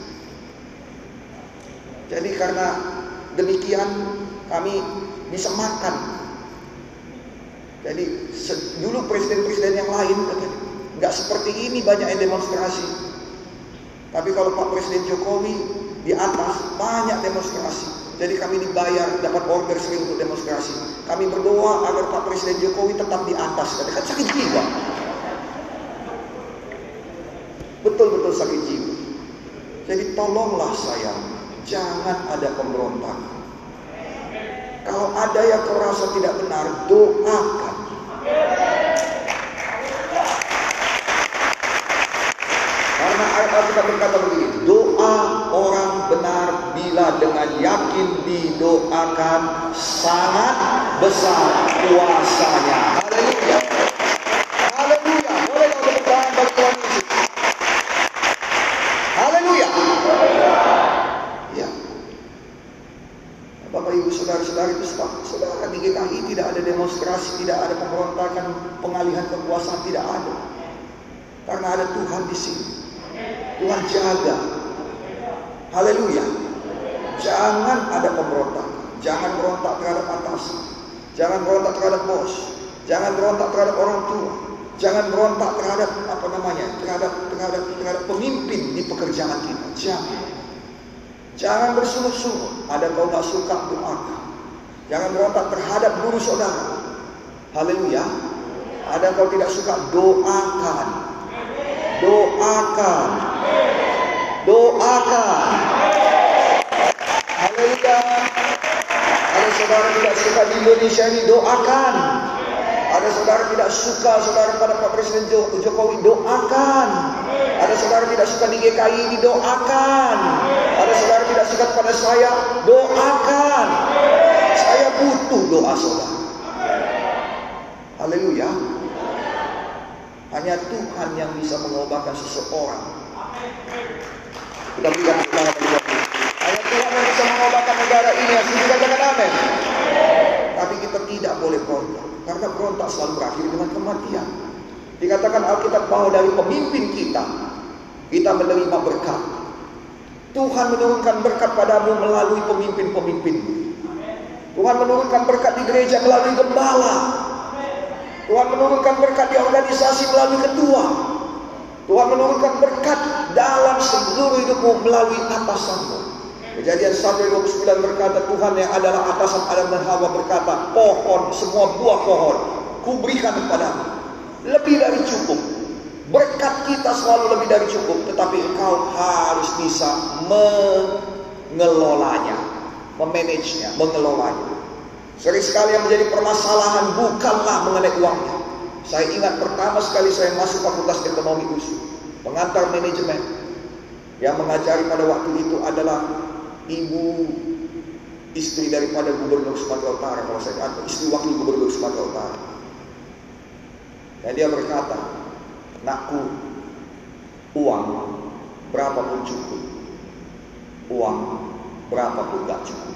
Jadi karena demikian kami bisa makan. Jadi dulu presiden-presiden yang lain nggak seperti ini banyak yang demonstrasi. Tapi kalau Pak Presiden Jokowi di atas banyak demonstrasi. Jadi kami dibayar, dapat order sering untuk demonstrasi. Kami berdoa agar Pak Presiden Jokowi tetap di atas. Kan sakit jiwa. Betul-betul sakit jiwa. Jadi tolonglah sayang, jangan ada pemberontakan. Kalau ada yang kau rasa tidak benar, doakan. Karena ayat Alkitab berkata begini, doa orang benar bila dengan yakin didoakan sangat besar kuasanya. Haleluya. Haleluya. Boleh kau tepuk tangan bagi Tuhan Yesus. Haleluya. Ya. Bapak Ibu saudara-saudari itu saudara di GKI tidak ada demonstrasi, tidak ada pemberontakan, pengalihan kekuasaan, tidak ada. Karena ada Tuhan di sini. Tuhan jaga. Haleluya. Jangan ada pemberontak. Jangan berontak terhadap atas. Jangan berontak terhadap bos. Jangan berontak terhadap orang tua. Jangan berontak terhadap terhadap pemimpin di pekerjaan kita. Jangan bersungut-sungut. Ada kau nggak suka, doakan. Jangan berontak terhadap guru saudara. Haleluya. Ada kau tidak suka, doakan. Doakan. Doakan. Haleluya. Ada saudara tidak suka di Indonesia ini, doakan. Ada saudara tidak suka saudara pada Pak Presiden Jokowi, doakan. Ada saudara tidak suka di GKI ini, doakan. Ada saudara tidak suka pada saya, doakan. Saya butuh doa saudara. Haleluya. Hanya Tuhan yang bisa mengubahkan seseorang. Kita berikan tangan bagi Tuhan. Hanya Tuhan yang bisa mengubahkan negara ini. Yang katakan amin. Tapi kita tidak boleh berontak, karena berontak selalu berakhir dengan kematian. Dikatakan Alkitab bahwa dari pemimpin kita menerima berkat. Tuhan menurunkan berkat padamu melalui pemimpin-pemimpin. Tuhan menurunkan berkat di gereja melalui gembala. Tuhan menurunkan berkat di organisasi melalui ketua. Tuhan menurunkan berkat dalam seluruh hidupmu melalui atasanmu. Kejadian 1:29 berkata, Tuhan yang adalah atasan Adam dan Hawa berkata, pohon, semua buah pohon kuberikan kepadamu. Lebih dari cukup. Berkat kita selalu lebih dari cukup, tetapi engkau harus bisa mengelolanya, memanagenya, mengelolanya. Sering sekali yang menjadi permasalahan bukanlah mengenai uangnya. Saya ingat pertama sekali saya masuk Fakultas Ekonomi USU, pengantar manajemen. Yang mengajari pada waktu itu adalah ibu istri daripada Gubernur Sumatera Utara, kalau saya kata istri wakil Gubernur Sumatera Utara. Dan dia berkata, nakku, uang berapapun cukup, uang berapapun gak cukup.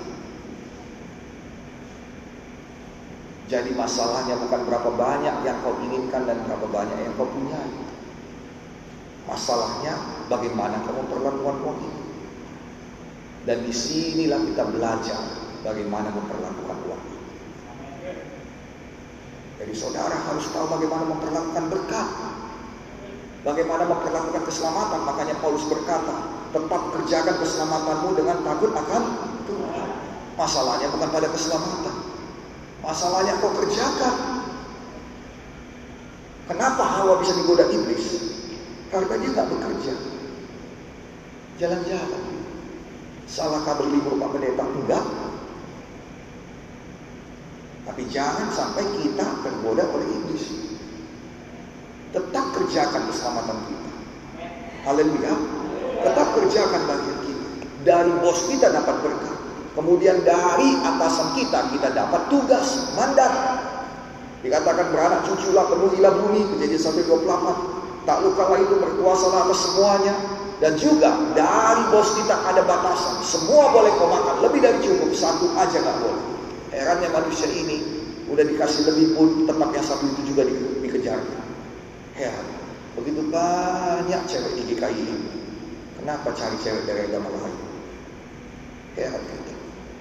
Jadi masalahnya bukan berapa banyak yang kau inginkan dan berapa banyak yang kau punyai. Masalahnya bagaimana kamu memperlakukan uang ini. Dan disinilah kita belajar bagaimana memperlakukan uang ini. Jadi saudara harus tahu bagaimana memperlakukan berkat, bagaimana memperlakukan keselamatan. Makanya Paulus berkata, tetap kerjakan keselamatanmu dengan takut akan Tuhan. Masalahnya bukan pada keselamatan, masalahnya kau kerjakan. Kenapa Hawa bisa digoda iblis? Karena dia tak bekerja, jalan-jalan. Salahkah berlibur Pak Pendeta? Enggak. Tapi jangan sampai kita tergoda oleh iblis. Tetap kerjakan keselamatan kita. Haleluya. Tetap kerjakan bagian kita. Dari bos kita dapat berkat. Kemudian dari atasan kita dapat tugas, mandat. Dikatakan beranak cuculah, penuhilah bumi, Kejadian 1:28. Taklukkanlah itu, berkuasalah atas semuanya. Dan juga dari bos kita ada batasan. Semua boleh kau makan, lebih dari cukup, satu aja gak boleh. Herannya manusia ini udah dikasih lebih pun tetap yang satu itu juga dikejar. Heran. Begitu banyak cewek di GKI ini. Kenapa cari cewek dari agama lain? Heran kita.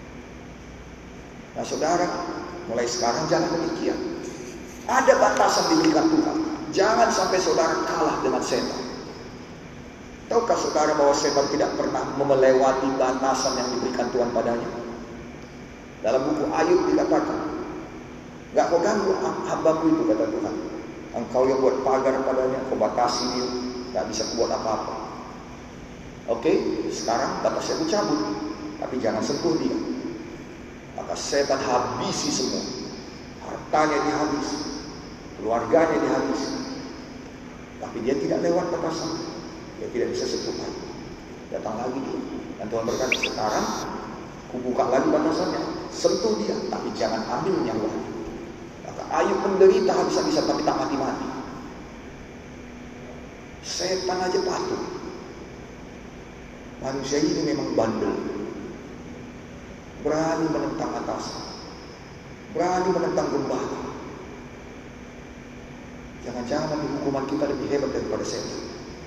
Nah saudara, mulai sekarang jangan demikian. Ada batasan diberikan Tuhan. Jangan sampai saudara kalah dengan setan. Tahukah saudara bahwa setan tidak pernah melewati batasan yang diberikan Tuhan padanya? Dalam buku Ayub dikatakan, gak kau ganggu hambaku itu, kata Tuhan. Engkau yang buat pagar padanya, kau batasi dia, gak bisa buat apa-apa. Oke, sekarang batasnya aku cabut, tapi jangan sentuh dia. Maka setan habisi semua. Hartanya dihabisi, keluarganya dihabisi. Tapi dia tidak lewat batasan. Dia tidak bisa sentuh lagi. Datang lagi dia. Dan Tuhan berkata, sekarang kubuka lagi batasannya. Sentuh dia, tapi jangan ambil nyawa. Maka Ayub menderita habis-habisan, tapi tak mati-mati. Setan aja patuh. Manusia ini memang bandel. Berani menentang atasan, berani menentang gembala. Jangan-jangan nanti hukuman kita lebih hebat daripada setan.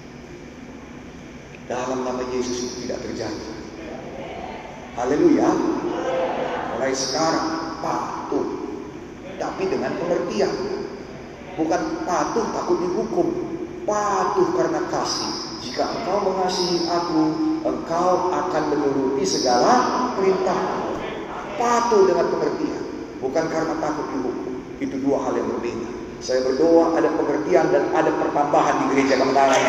Dalam nama Yesus itu tidak terjadi. Haleluya. Mulai sekarang patuh, tapi dengan pengertian. Bukan patuh takut dihukum, patuh karena kasih. Jika engkau mengasihi aku, engkau akan menuruti segala perintah. Patuh dengan pengertian, bukan karena takut dihukum. Itu dua hal yang berbeda. Saya berdoa ada pengertian dan ada pertambahan di gereja kemenangan.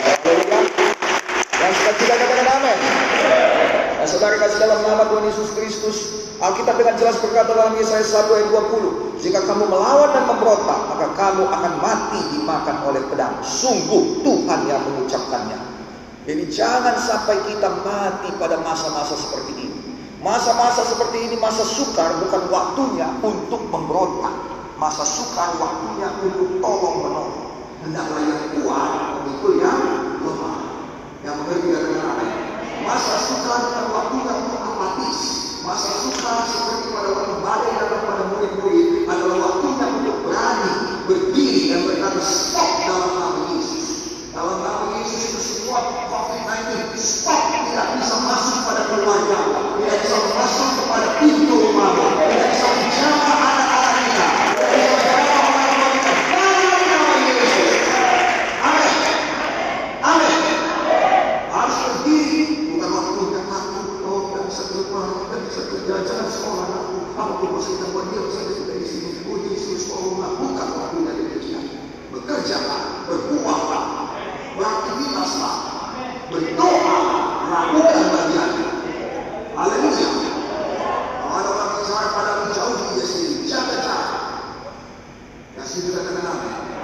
Dan sukacita katakan amin. Dan saudara kasih dalam nama Tuhan Yesus Kristus, Alkitab dengan jelas berkata dalam Yesaya 1:20, jika kamu melawan dan memberontak, maka kamu akan mati dimakan oleh pedang. Sungguh Tuhan yang mengucapkannya. Jadi jangan sampai kita mati pada masa-masa seperti ini. Masa-masa seperti ini, masa sukar, bukan waktunya untuk memberontak. Masa sukar waktunya untuk tolong menolong. Hendaklah yang kuat memikul yang lemah. Yang mengerti katakan amin. Masa sukar bukan waktunya untuk apatis. Masa sukar seperti pada waktu badai datang pada murid-murid adalah waktunya untuk berani berdiri dan berkata stop dalam nama Yesus. Dalam nama Yesus itu semua COVID-19 stop, tidak bisa masuk pada keluarga, tidak bisa masuk kepada pintu rumah, tidak bisa menjaga anak-anak kita, tidak bisa menjaga orang-orang kita. Dalam nama Yesus. Amin. Amin. Harus berdiri, bukan waktunya takut, oh tidak bisa keluar, tidak bisa kerja, jangan sekolah aku, apapun masih kita buat dia, saya sudah di sini, uji suruh sekolah, bukan waktunya demikian. Bekerjalah, berbuahlah, beraktivitaslah, berdoa, lakukan bagiannya. Haleluya. Kalau ada orang bicara pada menjauhi dia sendiri, jaga jarak. Kasih juga kenal.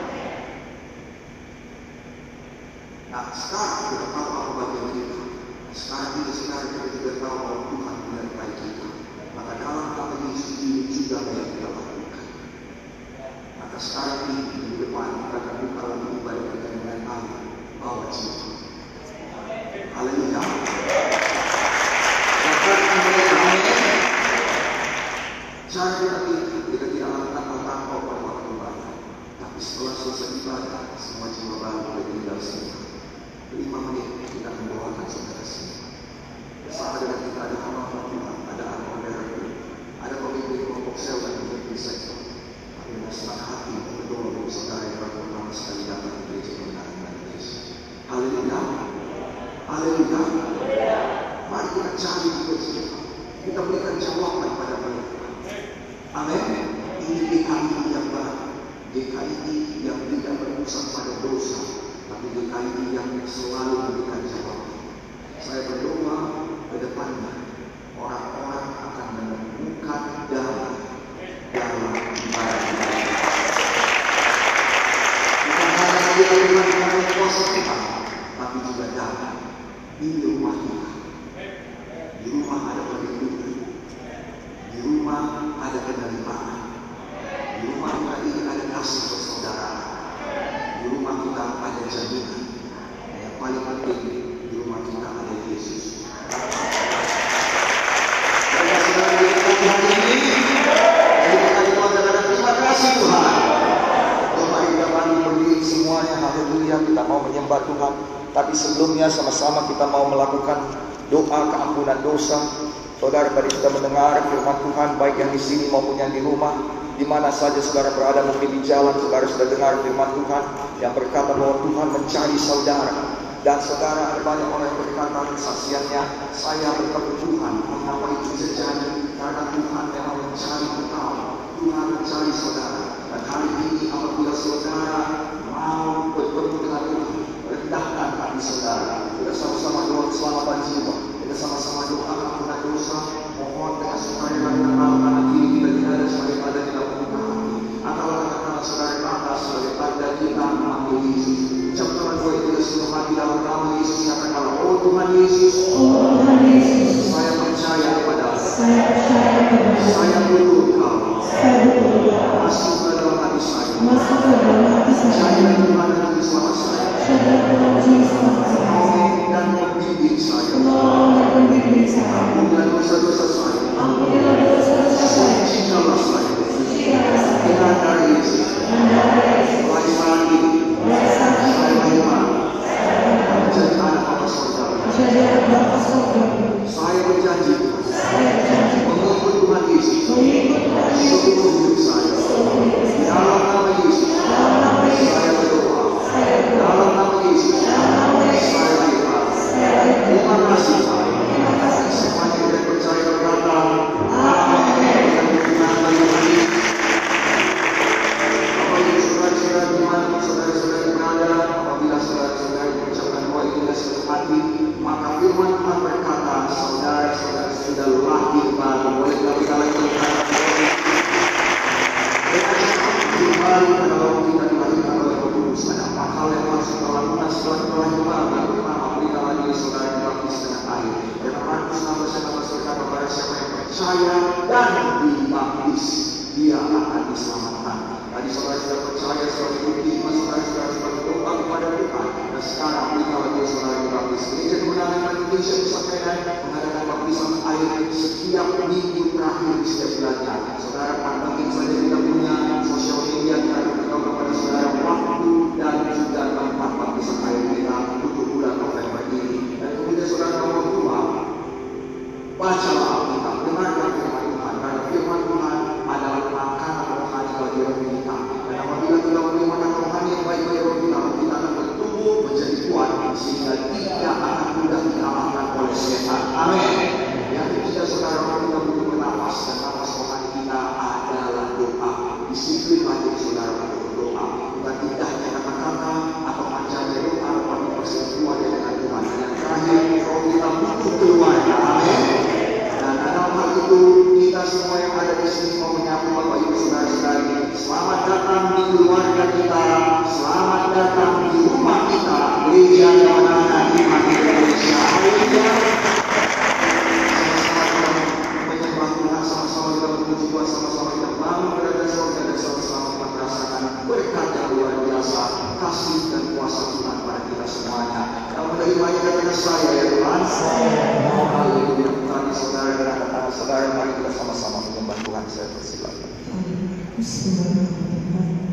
Nah, sekarang kita tahu apa bagian kita. Sekarang kita juga tahu bahwa Tuhan menyertai kita. Maka dalam nama Yesus ini juga yang kita lakukan. Maka sekarang ini di depan kita akan buka lagi ibadah kita dengan ayat bawa jiwa. Haleluya. Cara kita tidak lakukan tanpa pada waktu ibadah. Tapi setelah selesai ibadah, semua jiwa baru boleh tinggal semua. 5 menit kita akan doakan saudara semua. Bersama dengan kita ada hamba Tuhan, ada anak-anak Tuhan, ada pemimpin kelompok sel dan pemimpin sektor. Tapi dengan senang hati berdoa untuk saudara yang baru pertama sekali datang ke gereja kemenangan Yesus. Haleluya. Haleluya. Mari kita cari juga. Kita berikan jawaban pada mereka. Amin. Ini GKI yang baru. GKI yang tidak berpusat pada dosa, tapi GKI yang selalu memberikan jawaban. Saya berdoa ke depannya orang-orang akan menemukan dalam rumah kita. Di rumah ada perlindungan. Di rumah ada penerimaan. Di rumah kita ini ada kasih persaudaraan. Di rumah kita ada jaminan. Yang paling penting, di rumah kita ada Yesus. Terima kasih Tuhan. Mari kita berdiri semuanya, haleluya. Kita mau menyembah Tuhan. Tapi sebelumnya sama-sama kita mau melakukan doa keampunan dosa. Saudara, tadi kita mendengar firman Tuhan, baik yang di sini maupun yang di rumah, di mana saja saudara berada, mungkin di jalan, saudara sudah dengar firman Tuhan yang berkata bahwa Tuhan mencari saudara. Dan saudara, ada banyak orang yang berkata kesaksiannya, saya bertemu Tuhan, mengapa itu terjadi? Karena Tuhan memang mencari engkau, Tuhan mencari saudara. Dan hari ini apabila saudara mau bertemu dengan Tuhan, rendahkan hati saudara. Kita sama-sama doa keselamatan jiwa. Kita sama-sama doa ampunan dosa. Mohon dengan sukarela dengan kanan kiri kita tidak ada sebagai tanda kita membuka hati. Atau katakanlah saudara ke atas sebagai tanda kita mengambil Yesus. Ucap Tuhan doa itu seluruh hati dalam nama Yesus. Katakanlah, oh Tuhan Yesus, saya percaya kepadamu. Saya butuh Engkau. Masuk ke dalam hati saya. Percaya Tuhan dan Juru Selamat saya. Tolong dan membimbing saya. Ampunlah dosa-dosa saya. Sucikanlah saya. Dengan darah Yesus. Mulai saat ini saya beriman menjadi anak Bapa Surga. Saya berjanji mengikut Tuhan Yesus seluruh hidup saya. Dalam nama Yesus saya berdoa. Dalam nama Yesus saya beriman. Terima kasih. Semuanya kita percaya berkata amin. Apabila saudara-saudara dimanapun saudara-saudara berada, apabila saudara-saudara mengucapkan doa ini dengan sepenuh hati, maka firman Tuhan berkata, saudara-saudara sudah lahir baru. Boleh kita lakukan baru kalau kita dilahirkan oleh Roh Kudus. Ada apa hal yang harus kita lakukan setelah kita lahir baru? Pertama, berikanlah diri saudara dibaptis dengan air. Dan Markus 16 berkata, barang siapa yang percaya dan dibaptis, dia akan diselamatkan. Tadi saudara sudah percaya sebagai bukti iman, saudara sudah berdoa kepada Tuhan. Dan sekarang berikanlah diri saudara dibaptis. Gereja Kebenaran Indonesia Pusat Medan mengadakan baptisan air setiap minggu terakhir di setiap bulannya. Saudara, pantengin saja kita punya sosial media, kita beritahu kepada saudara waktu dan juga tempat baptisan air kita untuk bulan November ini. Dan kemudian saudara nomor 2, bacalah Alkitab, dengarkan firman Tuhan, karena firman Tuhan adalah makanan rohani bagi roh kita. Dan apabila kita menerima makanan rohani yang baik bagi roh kita akan bertumbuh menjadi kuat sehingga tidak akan mudah dikalahkan oleh setan. Amin. Yang ketiga, saudara, kita butuh bernafas, dan nafas rohani kita adalah doa. Disiplinlah diri saudara untuk berdoa. Bukan indahnya kata-kata atau panjangnya doa, tapi persekutuan dengan Tuhan. Dan yang terakhir, roh kita butuh keluarga. Amin. Dan dalam hal itu, kita semua yang ada di sini mau menyapa Bapak Ibu saudara-saudari. Selamat datang di keluarga kita. Selamat datang di rumah kita. Gereja Kebenaran Iman Indonesia. Haleluya. Sama-sama kita menyembah Tuhan, sama-sama kita memuji Tuhan, sama-sama kita bangun berada surga, dan sama-sama kita merasakan berkat yang luar biasa, kasih dan kuasa Tuhan pada kita semuanya. Yang menerimanya katakan saya ya Tuhan. Haleluya. Tadi saudara dan anak-anak saudara, mari kita sama-sama menyembah Tuhan. Saya persilakan.